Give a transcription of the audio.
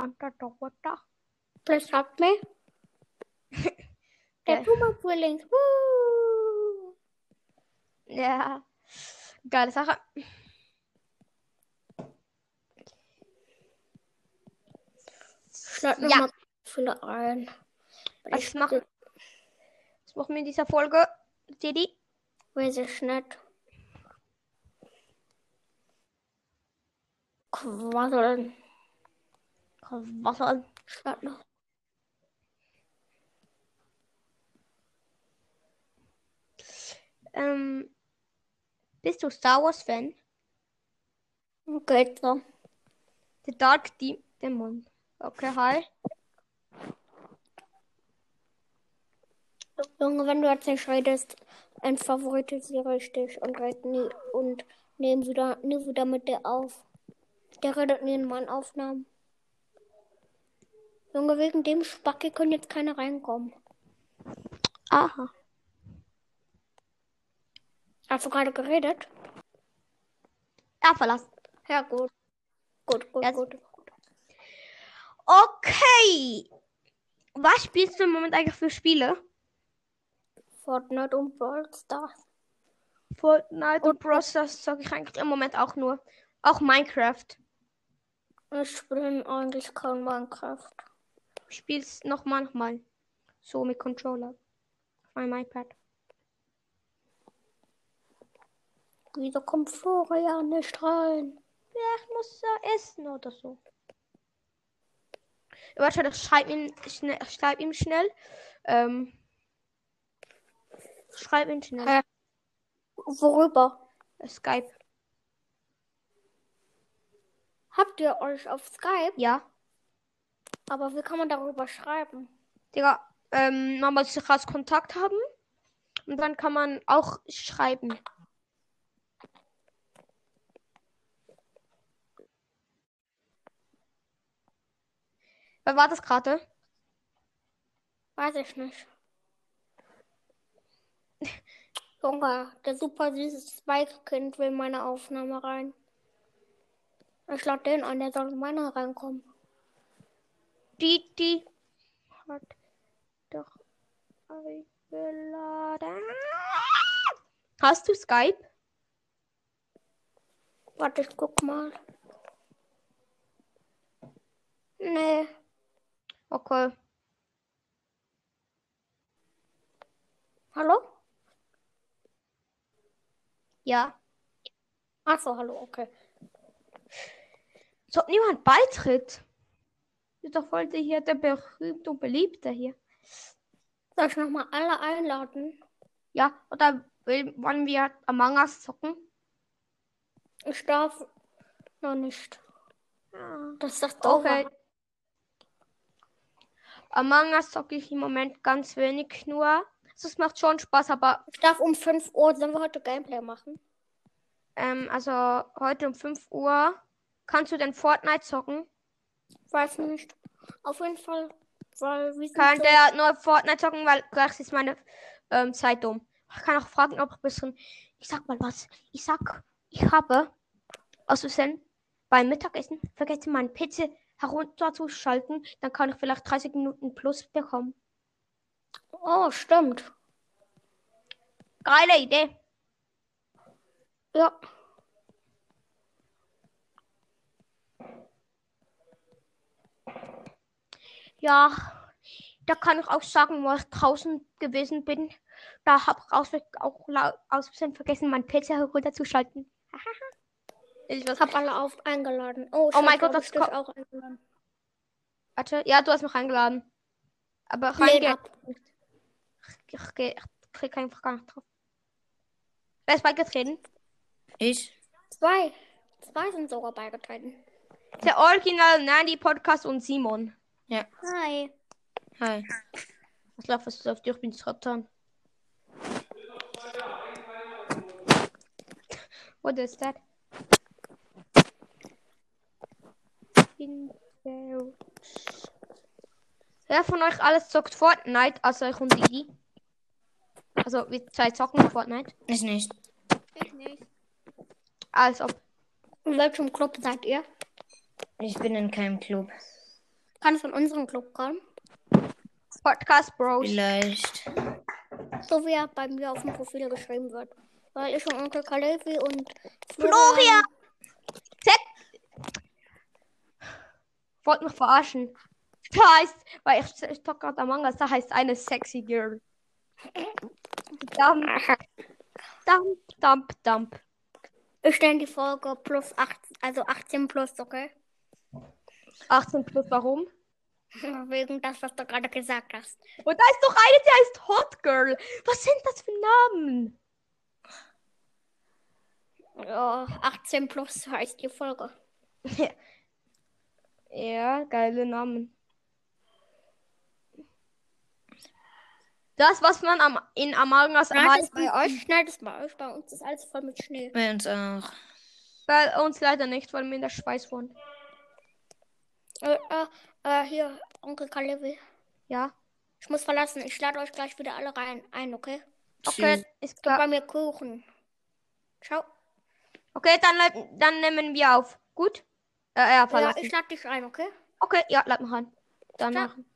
Please help me. Der Puma Frühlings. Woo! Ja. Geile Sache. Schlag nochmal viele ein. Was machen wir in dieser Folge, Didi? Weiß ich nicht. Quasseln. Schlag noch. Bist du Star Wars Fan? Geht so. The Dark Demon. Okay, hi. Junge, wenn du jetzt nicht redest, favorisiere ich dich und red nie und nie wieder mit dir auf. Der redet nie in meinen Aufnahmen. Junge, wegen dem Spacki können jetzt keine reinkommen. Aha. Hast du gerade geredet? Ja, verlassen. Ja, gut. Gut. Okay. Was spielst du im Moment eigentlich für Spiele? Fortnite und Brawl Stars. Fortnite und Brawl Stars sage ich eigentlich im Moment auch nur. Auch Minecraft. Ich spiele eigentlich kein Minecraft. Ich spiel's noch manchmal. So mit Controller. Auf meinem iPad. Wieso kommt Florian nicht rein? Ja, ich muss essen oder so. Warte, ich schreib ihm schnell. Schreib ihn schnell. Worüber? Skype. Habt ihr euch auf Skype? Ja. Aber wie kann man darüber schreiben? Digga, man muss sich als Kontakt haben. Und dann kann man auch schreiben. Wer war das gerade? Weiß ich nicht. Junge, der super süße Spike-Kind will meine Aufnahme rein. Ich lade den an, der soll in meine reinkommen. Die hat doch eingeladen. Hast du Skype? Warte, ich guck mal. Nee. Okay. Hallo? Ja. Achso, hallo, okay. So, niemand beitritt. Ist doch voll hier der berühmte und beliebte hier. Soll ich nochmal alle einladen? Ja, oder wollen wir Among Us zocken? Ich darf noch nicht. Das ist das Okay. Among Us zocke ich im Moment ganz wenig nur. Es macht schon Spaß, aber... Ich darf um 5 Uhr, sollen wir heute Gameplay machen? Also heute um 5 Uhr. Kannst du denn Fortnite zocken? Weiß nicht. Auf jeden Fall, weil wir sind Kann so... der nur Fortnite zocken, weil gleich ist meine Zeit um. Ich kann auch fragen, ob ein bisschen... Ich sag mal was. Ich habe aus Versehen beim Mittagessen vergessen, meinen PC herunterzuschalten. Dann kann ich vielleicht 30 Minuten plus bekommen. Oh, stimmt. Geile Idee. Ja. Ja, da kann ich auch sagen, wo ich draußen gewesen bin. Da habe ich auch aus Versehen vergessen, meinen PC herunterzuschalten. Ich habe alle eingeladen. Oh mein Gott, das kommt auch eingeladen. Warte, ja, du hast mich eingeladen. Aber ich krieg einfach gar nicht drauf. Wer ist beigetreten? Ich? Zwei sind sogar beigetreten. Der Original Nandy Podcast und Simon. Ja. Hi. Hi. Was läuft durch? Ich bin Schrottern. What is that? Wer von euch alles zockt Fortnite, also ich und Didi? Also wir zwei zocken Fortnite. Ich nicht. Ich nicht. Als ob. In welchem Club seid ihr? Ich bin in keinem Club. Kann es in unseren Club kommen? Podcast Bros. Vielleicht. So wie er bei mir auf dem Profil geschrieben wird. Weil ich und Onkel Kalevi und Florian! Wollte mich verarschen. Da heißt, weil ich talk gerade Among Us, da heißt eine sexy girl. Dump, dump, dump, dump. Ich stelle die Folge plus 8, also 18 plus, okay? 18 plus, warum? Wegen das, was du gerade gesagt hast. Und da ist doch eine, die heißt Hot Girl. Was sind das für Namen? Ja, 18 plus heißt die Folge. Ja, geile Namen. Das, was man in Among Us am Schneit es meisten... bei euch? Schneit es bei euch? Bei uns ist alles voll mit Schnee. Bei uns auch. Bei uns leider nicht, weil wir in der Schweiz wohnen. Hier, Onkel Kalevi. Ja. Ich muss verlassen. Ich lade euch gleich wieder alle ein, okay? Okay, Tschüss. ist Gib klar. bei mir Kuchen. Ciao. Okay, dann nehmen wir auf. Gut? Ja, Ja, verlassen. ich lade dich ein, okay? Okay, ja, lad mich an. Danach.